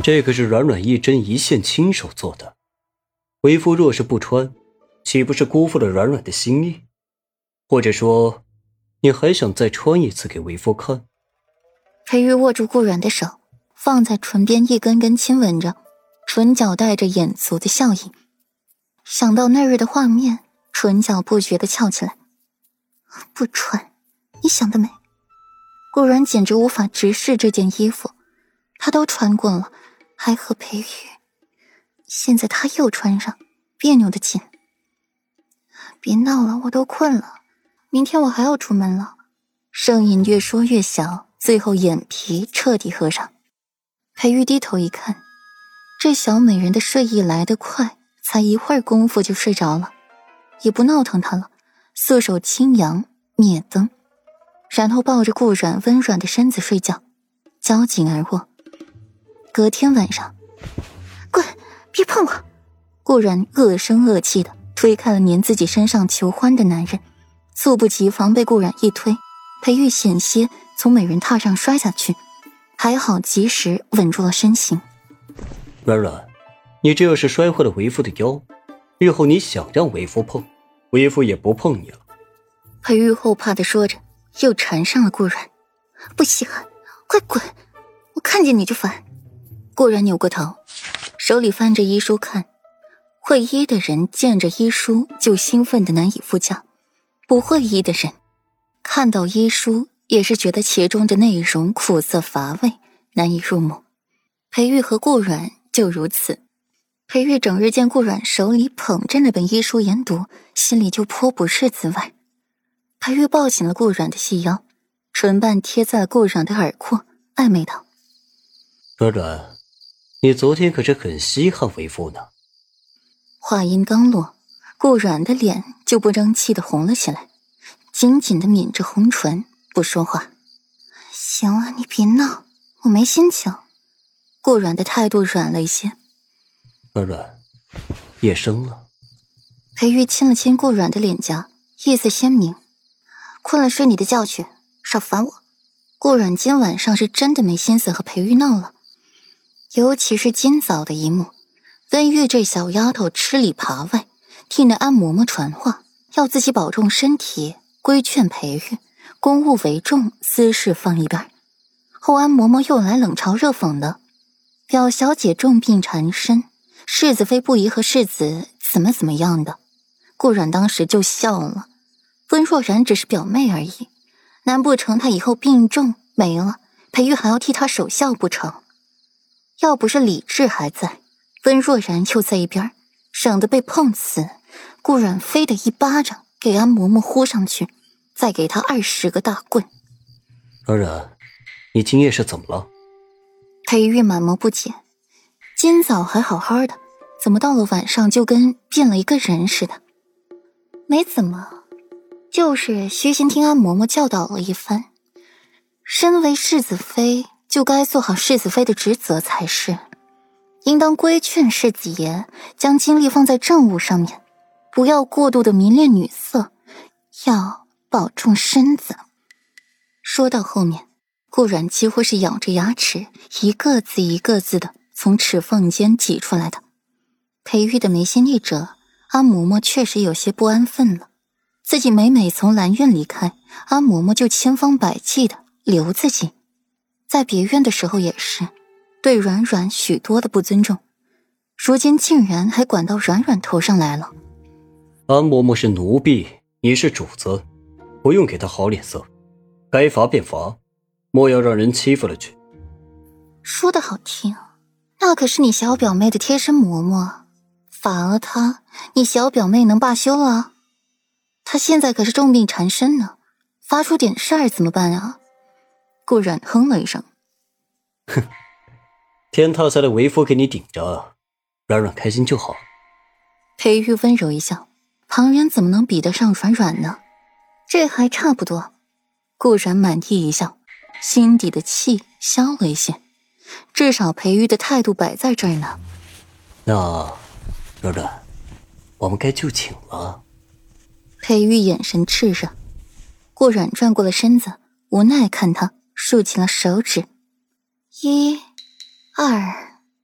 这可是软软一针一线亲手做的，为夫若是不穿，岂不是辜负了软软的心意？或者说，你还想再穿一次给为夫看？ 裴玉握住顾软的手，放在唇边一根根亲吻着，唇角带着眼足的笑意。想到那日的画面，唇角不觉地翘起来。不穿，你想得美。顾软简直无法直视这件衣服，他都穿过了，还和裴玉，现在他又穿上，别扭的紧。别闹了，我都困了，明天我还要出门了。声音越说越小，最后眼皮彻底合上。裴玉低头一看，这小美人的睡意来得快，才一会儿功夫就睡着了，也不闹腾她了，素手轻扬灭灯，然后抱着顾软温软的身子睡觉，交颈而卧。隔天晚上，滚，别碰我！顾软恶声恶气的推开了粘自己身上求欢的男人，猝不及防被顾软一推，裴玉险些从美人榻上摔下去，还好及时稳住了身形。 软软，你这要是摔坏了为夫的腰，日后你想让为夫碰，为夫也不碰你了。 裴玉后怕的说着，又缠上了顾软。不稀罕，快滚，我看见你就烦。顾软扭过头，手里翻着医书看。会医的人见着医书就兴奋的难以复加，不会医的人看到医书也是觉得其中的内容苦涩乏味，难以入目。裴玉和顾软就如此。裴玉整日见顾软手里捧着那本医书研读，心里就颇不是滋味。裴玉抱紧了顾软的细腰，唇瓣贴在了顾软的耳廓，暧昧道： 软软，你昨天可是很稀罕为夫呢。 话音刚落，顾软的脸就不争气地红了起来，紧紧地抿着红唇，不说话。行了，你别闹，我没心情。顾软的态度软了一些。 软软，夜深了。 裴玉亲了亲顾软的脸颊，意思鲜明。困了睡你的觉去，少烦我。顾软今晚上是真的没心思和裴玉闹了，尤其是今早的一幕。温玉这小丫头吃里扒外，替那安嬷嬷传话，要自己保重身体，规劝裴玉，公务为重，私事放一边。后安嬷嬷又来冷嘲热讽的，表小姐重病缠身，世子妃不宜和世子怎么样的。顾软当时就笑了，温若然只是表妹而已，难不成她以后病重没了，裴玉还要替她守孝不成？要不是理智还在，温若然又在一边，省得被碰瓷，顾软非得一巴掌给安嬷嬷呼上去，再给她20个大棍。 软软，你今夜是怎么了？ 裴玉满眸不解，今早还好好的，怎么到了晚上就跟变了一个人似的？没怎么，就是虚心听安嬷嬷教导了一番。身为世子妃，就该做好世子妃的职责才是，应当规劝世子爷将精力放在政务上面，不要过度的迷恋女色，要保重身子。说到后面，顾软几乎是咬着牙齿，一个字一个字的从齿缝间挤出来的。裴玉的眉心一折，安嬷嬷确实有些不安分了。自己每从兰苑离开，安嬷嬷就千方百计的留自己，在别院的时候也是对软软许多的不尊重，如今竟然还管到软软头上来了。 安嬷嬷是奴婢，你是主子，不用给她好脸色，该罚便罚，莫要让人欺负了去。 说得好听，那可是你小表妹的贴身嬷嬷，罚了她，你小表妹能罢休了？她现在可是重病缠身呢，发出点事儿怎么办啊？顾软哼了一声， 哼，天塌下来为夫给你顶着，软软开心就好。 裴玉温柔一笑，旁人怎么能比得上软软呢？这还差不多。顾软满意一笑，心底的气消了一些，至少裴玉的态度摆在这儿呢。 那软软，我们该就寝了。 裴玉眼神炽热，顾软转过了身子，无奈看他，竖起了手指。1、2、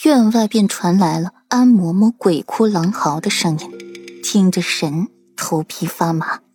院外便传来了安嬷嬷鬼哭狼嚎的声音，听着神头皮发麻。